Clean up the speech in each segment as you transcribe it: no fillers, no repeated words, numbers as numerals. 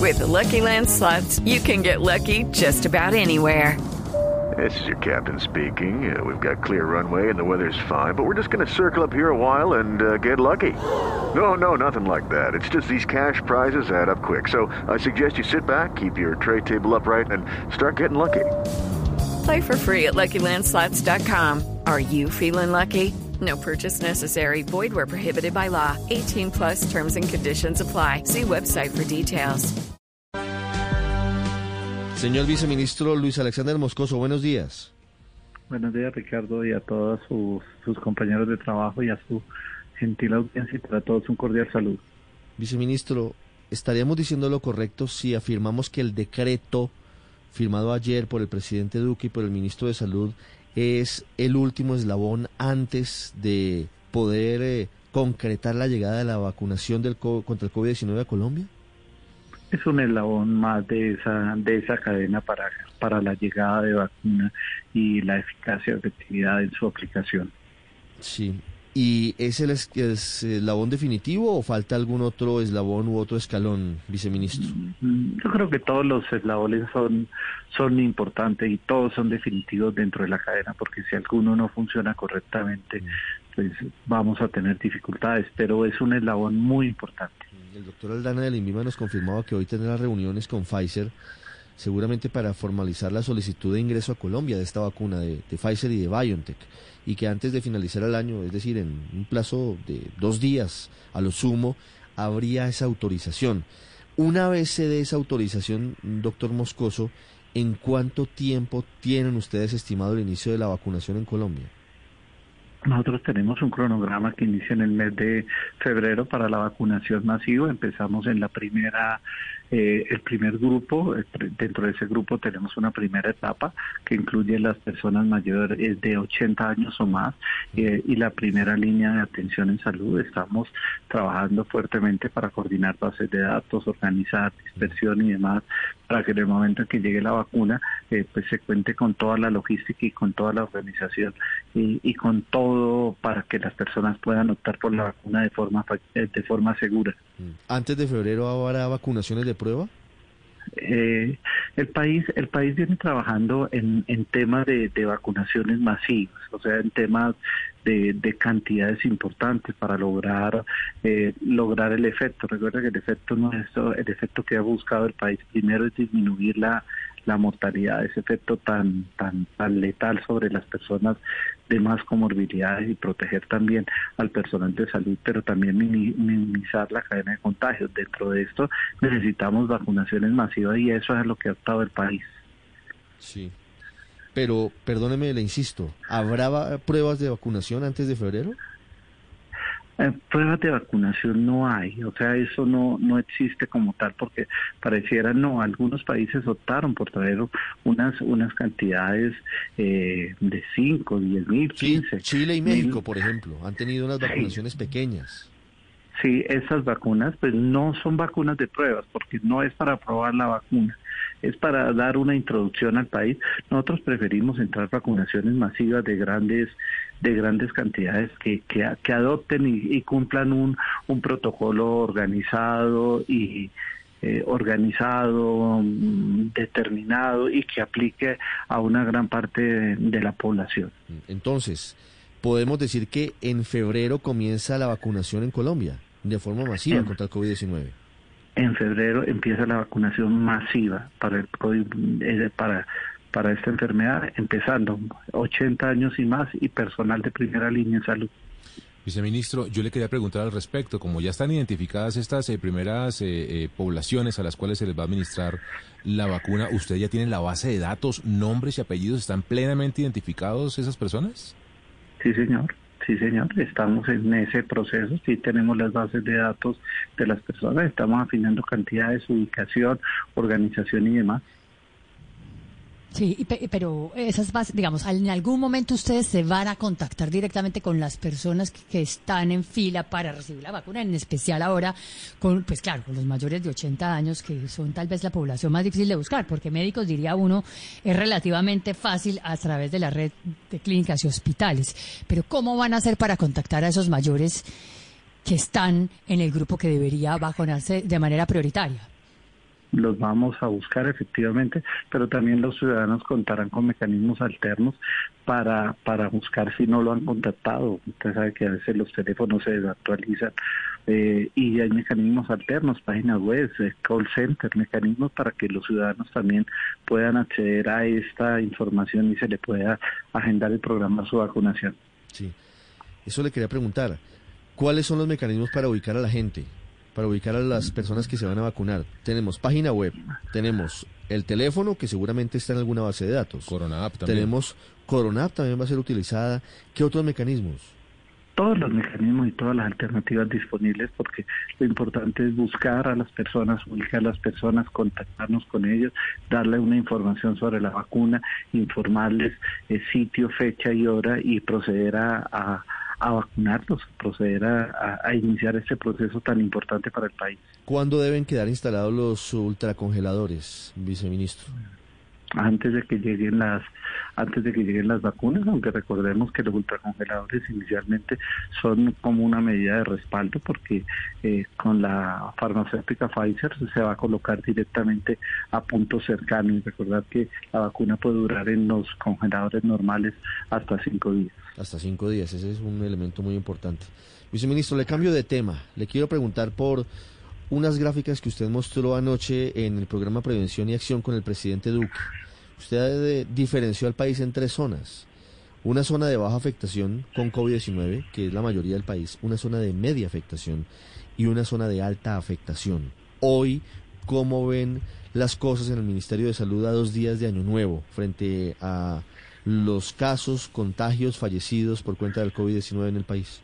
With the Lucky Land Slots, you can get lucky just about anywhere. This is your captain speaking. We've got clear runway and the weather's fine, but we're just going to circle up here a while and get lucky. No, nothing like that. It's just these cash prizes add up quick. So I suggest you sit back, keep your tray table upright, and start getting lucky. Play for free at LuckyLandSlots.com. Are you feeling lucky? No purchase necessary. Void where prohibited by law. 18 plus terms and conditions apply. See website for details. Señor viceministro Luis Alexander Moscoso, buenos días. Buenos días, Ricardo, y a todos sus compañeros de trabajo y a su gentil audiencia, y para todos un cordial saludo. Viceministro, ¿estaríamos diciendo lo correcto si afirmamos que el decreto firmado ayer por el presidente Duque y por el ministro de Salud es el último eslabón antes de poder concretar la llegada de la vacunación contra el COVID-19 a Colombia? Es un eslabón más de esa cadena para la llegada de vacuna y la eficacia y efectividad en su aplicación. Sí. ¿Y es el eslabón definitivo o falta algún otro eslabón u otro escalón, viceministro? Yo creo que todos los eslabones son importantes y todos son definitivos dentro de la cadena, porque si alguno no funciona correctamente, pues vamos a tener dificultades, pero es un eslabón muy importante. El doctor Aldana del INVIMA nos confirmaba que hoy tendrá reuniones con Pfizer, seguramente para formalizar la solicitud de ingreso a Colombia de esta vacuna de Pfizer y de BioNTech, y que antes de finalizar el año, es decir, en un plazo de 2 días a lo sumo, habría esa autorización. Una vez se dé esa autorización, doctor Moscoso, ¿en cuánto tiempo tienen ustedes estimado el inicio de la vacunación en Colombia? Nosotros tenemos un cronograma que inicia en el mes de febrero para la vacunación masiva. Empezamos en el primer grupo. Dentro de ese grupo tenemos una primera etapa que incluye las personas mayores de 80 años o más y la primera línea de atención en salud. Estamos trabajando fuertemente para coordinar bases de datos, organizar dispersión y demás, para que en el momento en que llegue la vacuna pues se cuente con toda la logística y con toda la organización y con todo para que las personas puedan optar por la vacuna de forma segura. ¿Antes de febrero habrá vacunaciones de prueba? El país viene trabajando en temas de vacunaciones masivas, o sea, en temas de cantidades importantes para lograr el efecto. Recuerda que el efecto que ha buscado el país primero es disminuir la mortalidad, ese efecto tan letal sobre las personas de más comorbilidades, y proteger también al personal de salud, pero también minimizar la cadena de contagios. Dentro de esto necesitamos vacunaciones masivas y eso es lo que ha optado el país. Sí, pero perdóneme, le insisto, ¿habrá pruebas de vacunación antes de febrero? Pruebas de vacunación no hay, o sea, eso no existe como tal, porque pareciera algunos países optaron por traer unas cantidades de 5, 10 mil, 15. Chile y México, por ejemplo, han tenido unas vacunaciones pequeñas. Sí, esas vacunas pues no son vacunas de pruebas, porque no es para probar la vacuna, es para dar una introducción al país. Nosotros preferimos entrar vacunaciones masivas de grandes cantidades que adopten y cumplan un protocolo organizado determinado y que aplique a una gran parte de la población. Entonces, podemos decir que en febrero comienza la vacunación en Colombia de forma masiva contra el COVID-19. En febrero empieza la vacunación masiva para el COVID, para esta enfermedad, empezando 80 años y más y personal de primera línea en salud. Viceministro, yo le quería preguntar al respecto, como ya están identificadas estas primeras poblaciones a las cuales se les va a administrar la vacuna, ¿usted ya tiene la base de datos, nombres y apellidos? ¿Están plenamente identificados esas personas? Sí, señor. Sí, señor, estamos en ese proceso, sí tenemos las bases de datos de las personas, estamos afinando cantidades, ubicación, organización y demás. Sí, pero esas bases, digamos, en algún momento ustedes se van a contactar directamente con las personas que están en fila para recibir la vacuna, en especial ahora con los mayores de 80 años, que son tal vez la población más difícil de buscar, porque médicos, diría uno, es relativamente fácil a través de la red de clínicas y hospitales. Pero ¿cómo van a hacer para contactar a esos mayores que están en el grupo que debería vacunarse de manera prioritaria? los vamos a buscar efectivamente, pero también los ciudadanos contarán con mecanismos alternos para buscar si no lo han contactado. Usted sabe que a veces los teléfonos se desactualizan y hay mecanismos alternos, páginas web, call center, mecanismos para que los ciudadanos también puedan acceder a esta información y se le pueda agendar y programar su vacunación. Sí, eso le quería preguntar. ¿Cuáles son los mecanismos para ubicar a la gente, para ubicar a las personas que se van a vacunar? Tenemos página web, tenemos el teléfono que seguramente está en alguna base de datos. Corona App también. Tenemos Corona App, también va a ser utilizada. ¿Qué otros mecanismos? Todos los mecanismos y todas las alternativas disponibles, porque lo importante es buscar a las personas, ubicar a las personas, contactarnos con ellos, darle una información sobre la vacuna, informarles sitio, fecha y hora y proceder a vacunarlos, proceder a iniciar este proceso tan importante para el país. ¿Cuándo deben quedar instalados los ultracongeladores, viceministro? Antes de que lleguen las vacunas, aunque recordemos que los ultracongeladores inicialmente son como una medida de respaldo, porque con la farmacéutica Pfizer se va a colocar directamente a punto cercano, y recordar que la vacuna puede durar en los congeladores normales hasta 5 días. Hasta 5 días, ese es un elemento muy importante. Viceministro, le cambio de tema. Le quiero preguntar por unas gráficas que usted mostró anoche en el programa Prevención y Acción con el presidente Duque. Usted diferenció al país en 3 zonas. Una zona de baja afectación con COVID-19, que es la mayoría del país, una zona de media afectación y una zona de alta afectación. Hoy, ¿cómo ven las cosas en el Ministerio de Salud a 2 días de Año Nuevo frente a los casos, contagios, fallecidos por cuenta del COVID-19 en el país?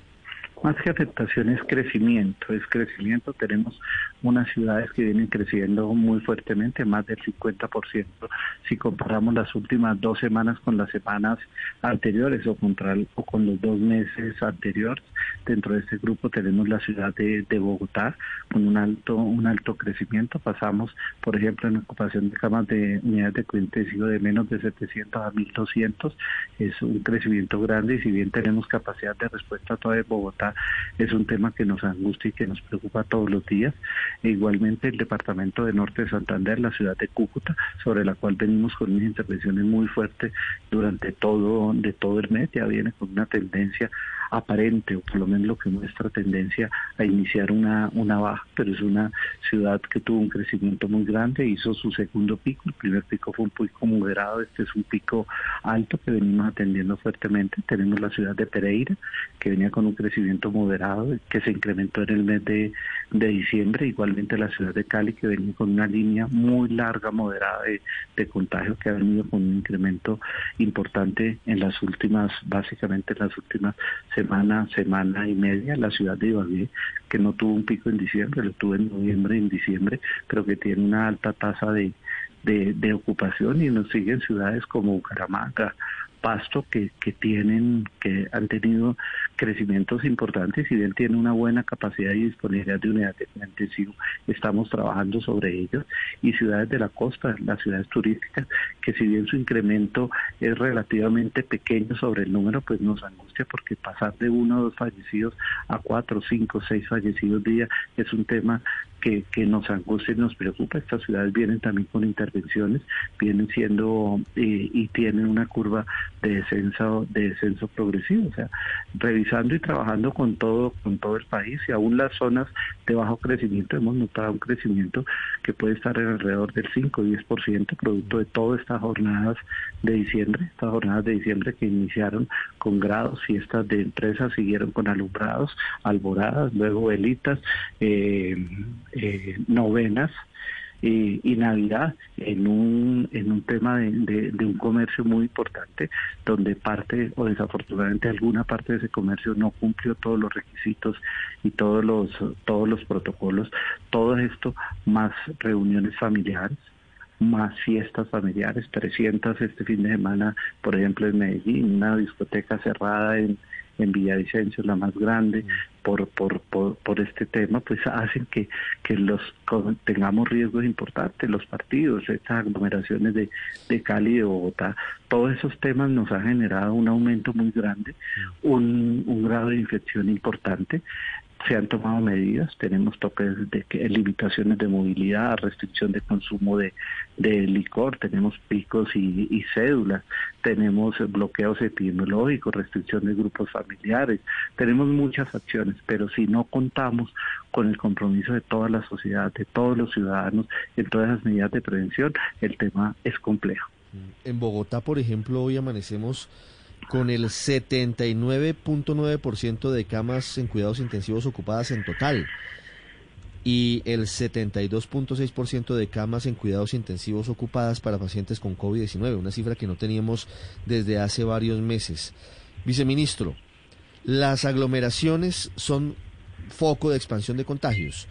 Más que afectación es crecimiento. Tenemos unas ciudades que vienen creciendo muy fuertemente, más del 50%. Si comparamos las últimas 2 semanas con las semanas anteriores o con los 2 meses anteriores, dentro de este grupo tenemos la ciudad de Bogotá con un alto crecimiento. Pasamos, por ejemplo, en ocupación de camas de unidades de cuidado intensivo de menos de 700 a 1.200. Es un crecimiento grande, y si bien tenemos capacidad de respuesta todavía en Bogotá, es un tema que nos angustia y que nos preocupa todos los días. E igualmente el departamento de Norte de Santander, la ciudad de Cúcuta, sobre la cual venimos con unas intervenciones muy fuertes durante todo el mes, ya viene con una tendencia aparente, o por lo menos lo que muestra tendencia a iniciar una baja, pero es una ciudad que tuvo un crecimiento muy grande, hizo su segundo pico. El primer pico fue un pico moderado, este es un pico alto que venimos atendiendo fuertemente. Tenemos la ciudad de Pereira, que venía con un crecimiento moderado, que se incrementó en el mes de diciembre. Igualmente la ciudad de Cali, que venía con una línea muy larga, moderada de contagio, que ha venido con un incremento importante básicamente en las últimas semana y media. La ciudad de Ibagué, que no tuvo un pico en diciembre, lo tuvo en noviembre y en diciembre, pero que tiene una alta tasa de ocupación, y nos siguen ciudades como Bucaramanga, Pasto, que han tenido crecimientos importantes. Si bien tiene una buena capacidad y disponibilidad de unidades de cuidado intensivo, estamos trabajando sobre ellos. Y ciudades de la costa, las ciudades turísticas, que si bien su incremento es relativamente pequeño sobre el número, pues nos angustia, porque pasar de 1 o 2 fallecidos a 4, 5, 6 fallecidos día es un tema que nos angustia y nos preocupa. Estas ciudades vienen también con intervenciones, vienen siendo y tienen una curva de descenso progresivo, o sea, revisando y trabajando con todo el país. Y aún las zonas de bajo crecimiento hemos notado un crecimiento que puede estar en alrededor del 5 o 10%, producto de todas estas jornadas de diciembre, que iniciaron con grados, fiestas de empresas, siguieron con alumbrados, alboradas, luego velitas, novenas y Navidad, en un tema de un comercio muy importante, donde parte o desafortunadamente alguna parte de ese comercio no cumplió todos los requisitos y todos los protocolos. Todo esto más reuniones familiares, más fiestas familiares, 300 este fin de semana, por ejemplo en Medellín, una discoteca cerrada en Villavicencio, la más grande, por este tema, pues hacen que tengamos riesgos importantes, los partidos, estas aglomeraciones de Cali y de Bogotá. Todos esos temas nos han generado un aumento muy grande, un grado de infección importante. Se han tomado medidas, tenemos toques limitaciones de movilidad, restricción de consumo de licor, tenemos picos y cédulas, tenemos bloqueos epidemiológicos, restricción de grupos familiares, tenemos muchas acciones, pero si no contamos con el compromiso de toda la sociedad, de todos los ciudadanos, en todas las medidas de prevención, el tema es complejo. En Bogotá, por ejemplo, hoy amanecemos con el 79.9% de camas en cuidados intensivos ocupadas en total y el 72.6% de camas en cuidados intensivos ocupadas para pacientes con COVID-19, una cifra que no teníamos desde hace varios meses. Viceministro, las aglomeraciones son foco de expansión de contagios.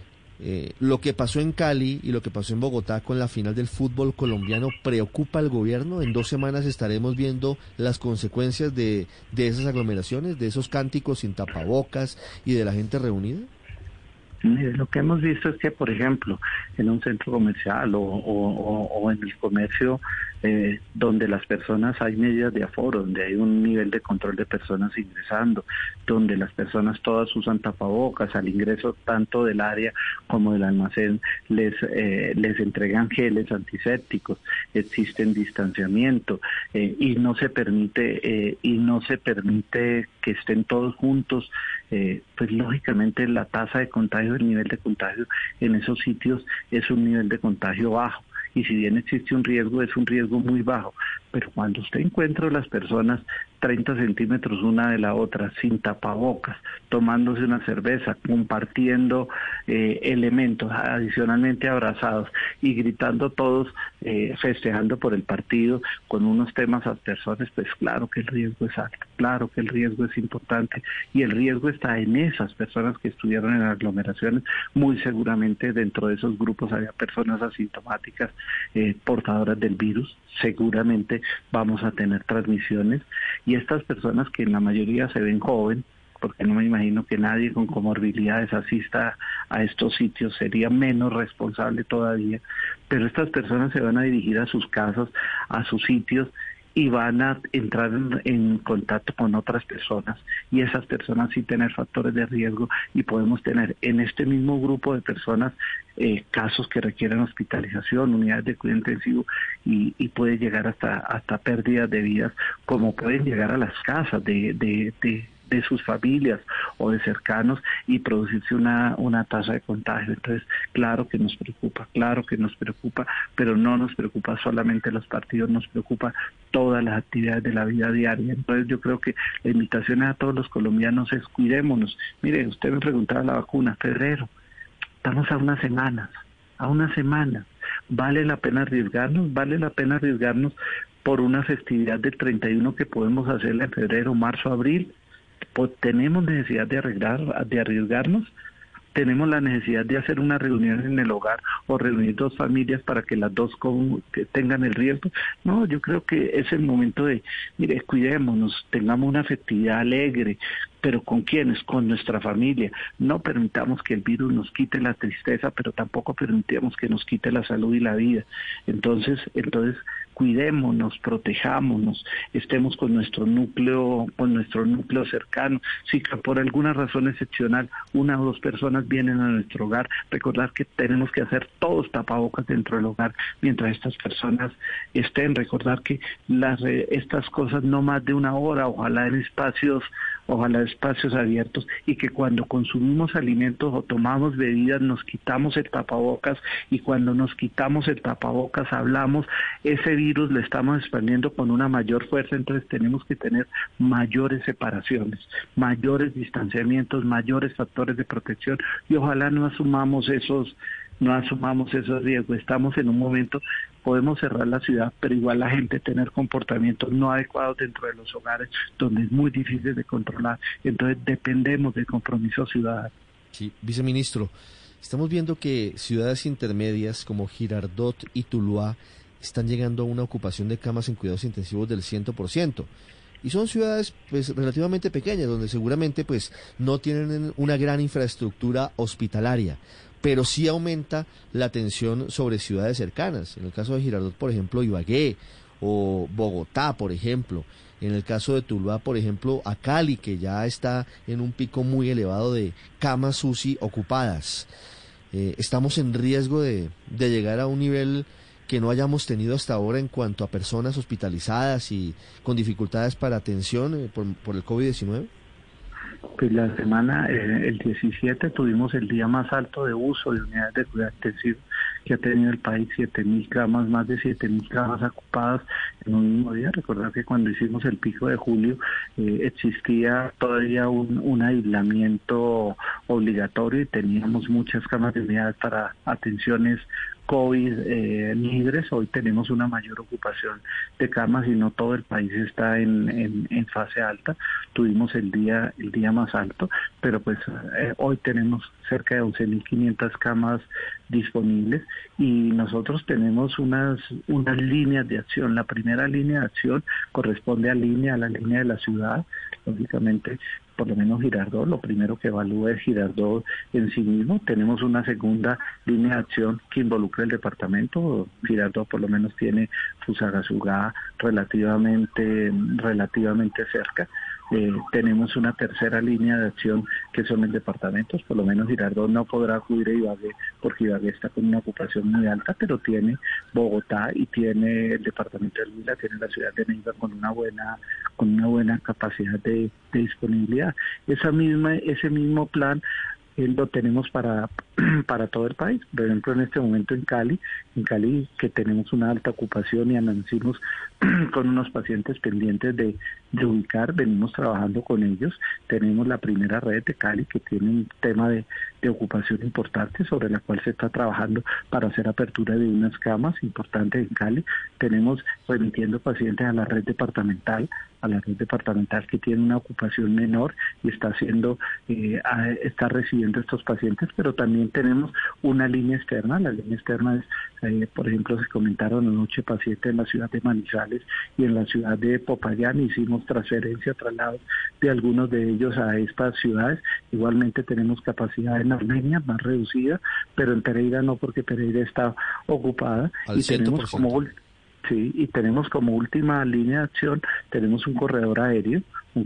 Lo que pasó en Cali y lo que pasó en Bogotá con la final del fútbol colombiano preocupa al gobierno. En 2 semanas estaremos viendo las consecuencias de esas aglomeraciones, de esos cánticos sin tapabocas y de la gente reunida. Lo que hemos visto es que, por ejemplo, en un centro comercial o en el comercio donde las personas hay medidas de aforo, donde hay un nivel de control de personas ingresando, donde las personas todas usan tapabocas, al ingreso tanto del área como del almacén les entregan geles antisépticos, existen distanciamiento y no se permite que estén todos juntos, pues lógicamente la tasa de contagio, el nivel de contagio en esos sitios es un nivel de contagio bajo. Y si bien existe un riesgo, es un riesgo muy bajo. Pero cuando usted encuentra a las personas 30 centímetros una de la otra, sin tapabocas, tomándose una cerveza, compartiendo elementos, adicionalmente abrazados y gritando todos, festejando por el partido con unos temas aspersores, pues claro que el riesgo es alto, claro que el riesgo es importante y el riesgo está en esas personas que estuvieron en aglomeraciones. Muy seguramente dentro de esos grupos había personas asintomáticas, portadoras del virus. Seguramente vamos a tener transmisiones y estas personas que en la mayoría se ven joven, porque no me imagino que nadie con comorbilidades asista a estos sitios, sería menos responsable todavía, pero estas personas se van a dirigir a sus casas, a sus sitios y van a entrar en contacto con otras personas y esas personas sí tener factores de riesgo y podemos tener en este mismo grupo de personas casos que requieren hospitalización, unidades de cuidado intensivo y puede llegar hasta pérdidas de vidas, como pueden llegar a las casas de sus familias o de cercanos y producirse una tasa de contagio. Entonces, claro que nos preocupa, pero no nos preocupa solamente los partidos, nos preocupa todas las actividades de la vida diaria. Entonces, yo creo que la invitación a todos los colombianos es cuidémonos. Mire, usted me preguntaba la vacuna, febrero, estamos a unas semanas, ¿vale la pena arriesgarnos por una festividad del 31 que podemos hacerla en febrero, marzo, abril? Pues tenemos necesidad de arriesgarnos, tenemos la necesidad de hacer una reunión en el hogar o reunir 2 familias para que las 2 que tengan el riesgo. No, yo creo que es el momento de, mire, cuidémonos, tengamos una festividad alegre, pero ¿con quiénes? Con nuestra familia. No permitamos que el virus nos quite la tristeza, pero tampoco permitamos que nos quite la salud y la vida. Entonces cuidémonos, protejámonos, estemos con nuestro núcleo cercano. Si por alguna razón excepcional 1 o 2 personas vienen a nuestro hogar, recordar que tenemos que hacer todos tapabocas dentro del hogar mientras estas personas estén. Recordar que estas cosas no más de 1 hora, ojalá espacios abiertos, y que cuando consumimos alimentos o tomamos bebidas nos quitamos el tapabocas, y cuando nos quitamos el tapabocas hablamos, ese virus le estamos expandiendo con una mayor fuerza. Entonces tenemos que tener mayores separaciones, mayores distanciamientos, mayores factores de protección y ojalá no asumamos esos riesgos. Estamos en un momento, podemos cerrar la ciudad, pero igual la gente tener comportamientos no adecuados dentro de los hogares, donde es muy difícil de controlar. Entonces dependemos del compromiso ciudadano. Sí, viceministro, estamos viendo que ciudades intermedias como Girardot y Tuluá están llegando a una ocupación de camas en cuidados intensivos del 100%. Y son ciudades pues relativamente pequeñas, donde seguramente pues no tienen una gran infraestructura hospitalaria, pero sí aumenta la tensión sobre ciudades cercanas. En el caso de Girardot, por ejemplo, Ibagué, o Bogotá, por ejemplo. En el caso de Tuluá, por ejemplo, a Cali, que ya está en un pico muy elevado de camas UCI ocupadas. ¿Estamos en riesgo de llegar a un nivel que no hayamos tenido hasta ahora en cuanto a personas hospitalizadas y con dificultades para atención por el COVID-19? Pues la semana, el 17, tuvimos el día más alto de uso de unidades de cuidado intensivo que ha tenido el país, 7.000 camas, más de 7.000 camas ocupadas en un mismo día. Recordar que cuando hicimos el pico de julio existía todavía un aislamiento obligatorio y teníamos muchas camas de unidades para atenciones COVID libres. Hoy tenemos una mayor ocupación de camas y no todo el país está en fase alta. Tuvimos el día más alto, pero pues hoy tenemos cerca de 11.500 camas disponibles y nosotros tenemos unas líneas de acción. La primera línea de acción corresponde a la línea de la ciudad. Lógicamente, por lo menos Girardot, lo primero que evalúa es Girardot en sí mismo. Tenemos una segunda línea de acción que involucra el departamento. Girardot por lo menos tiene Fusagasugá relativamente cerca. Tenemos una tercera línea de acción que son en departamentos. Por lo menos Girardot no podrá acudir a Ibagué porque Ibagué está con una ocupación muy alta, pero tiene Bogotá y tiene el departamento del Huila, tiene la ciudad de Neiva con una buena capacidad de disponibilidad. Ese mismo plan lo tenemos para todo el país. Por ejemplo, en este momento en Cali que tenemos una alta ocupación y amanecimos con unos pacientes pendientes de ubicar, venimos trabajando con ellos. Tenemos la primera red de Cali que tiene un tema de ocupación importante sobre la cual se está trabajando para hacer apertura de unas camas importantes en Cali. Tenemos remitiendo pacientes a la red departamental que tiene una ocupación menor y está recibiendo estos pacientes, pero también tenemos una línea externa. La línea externa es, por ejemplo, se comentaron anoche pacientes en la ciudad de Manizales y en la ciudad de Popayán. Hicimos traslados de algunos de ellos a estas ciudades. Igualmente tenemos capacidad en Armenia, más reducida, pero en Pereira no, porque Pereira está ocupada. Al 100%. Tenemos como última línea de acción, tenemos un corredor aéreo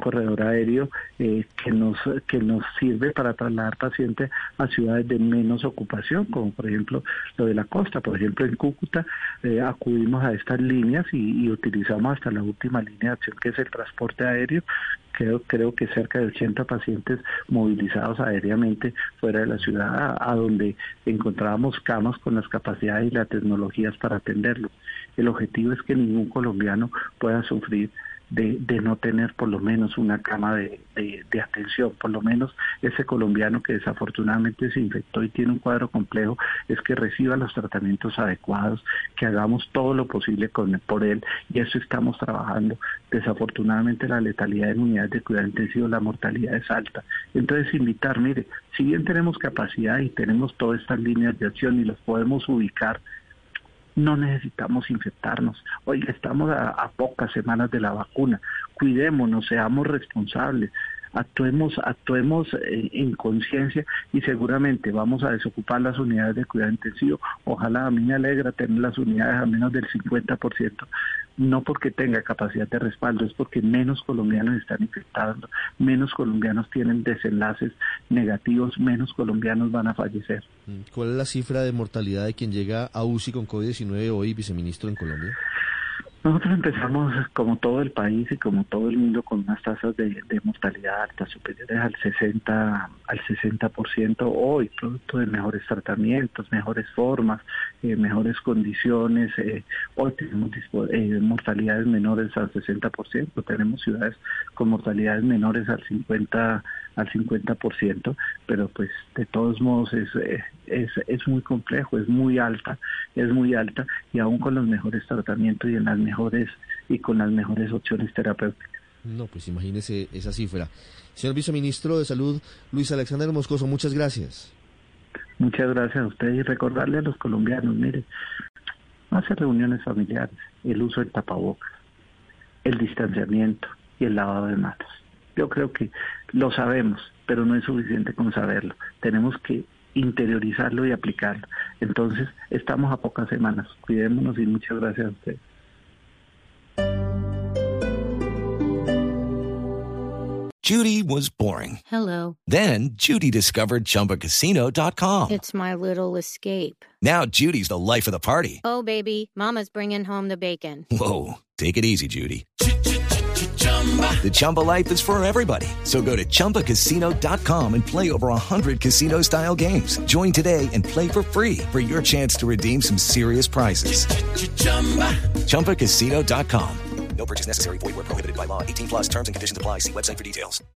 que nos sirve para trasladar pacientes a ciudades de menos ocupación, como por ejemplo lo de la costa. Por ejemplo, en Cúcuta acudimos a estas líneas y utilizamos hasta la última línea de acción, que es el transporte aéreo. Creo que cerca de 80 pacientes movilizados aéreamente fuera de la ciudad, a donde encontrábamos camas con las capacidades y las tecnologías para atenderlos. El objetivo es que ningún colombiano pueda sufrir de no tener por lo menos una cama de atención. Por lo menos ese colombiano que desafortunadamente se infectó y tiene un cuadro complejo, es que reciba los tratamientos adecuados, que hagamos todo lo posible por él, y eso estamos trabajando. Desafortunadamente la letalidad en unidades de cuidado intensivo, la mortalidad es alta. Entonces invitar, mire, si bien tenemos capacidad y tenemos todas estas líneas de acción y las podemos ubicar, no necesitamos infectarnos. Oiga, estamos a pocas semanas de la vacuna. Cuidémonos, seamos responsables, actuemos en conciencia y seguramente vamos a desocupar las unidades de cuidado intensivo. Ojalá, a mí me alegra tener las unidades a menos del 50%, no porque tenga capacidad de respaldo, es porque menos colombianos están infectados, menos colombianos tienen desenlaces negativos, menos colombianos van a fallecer. ¿Cuál es la cifra de mortalidad de quien llega a UCI con COVID-19 hoy, viceministro, en Colombia? Nosotros empezamos, como todo el país y como todo el mundo, con unas tasas de mortalidad altas, superiores al 60% hoy, producto de mejores tratamientos, mejores formas, mejores condiciones. Hoy tenemos mortalidades menores al 60%, tenemos ciudades con mortalidades menores al 50%, pero pues de todos modos es muy complejo, es muy alta, y aún con los mejores tratamientos y con las mejores opciones terapéuticas. No, pues imagínese esa cifra. Señor viceministro de Salud, Luis Alexander Moscoso, muchas gracias. Muchas gracias a usted, y recordarle a los colombianos, mire, hacer reuniones familiares, el uso del tapabocas, el distanciamiento y el lavado de manos. Yo creo que lo sabemos, pero no es suficiente con saberlo. Tenemos que interiorizarlo y aplicarlo. Entonces, estamos a pocas semanas. Cuidémonos y muchas gracias a ustedes. Judy was boring. Hello. Then Judy discovered ChumbaCasino.com. It's my little escape. Now Judy's the life of the party. Oh, baby, mama's bringing home the bacon. Whoa, take it easy, Judy. The Chumba life is for everybody. So go to ChumbaCasino.com and play over 100 casino-style games. Join today and play for free for your chance to redeem some serious prizes. ChumbaCasino.com. No purchase necessary. Void where prohibited by law. 18+ terms and conditions apply. See website for details.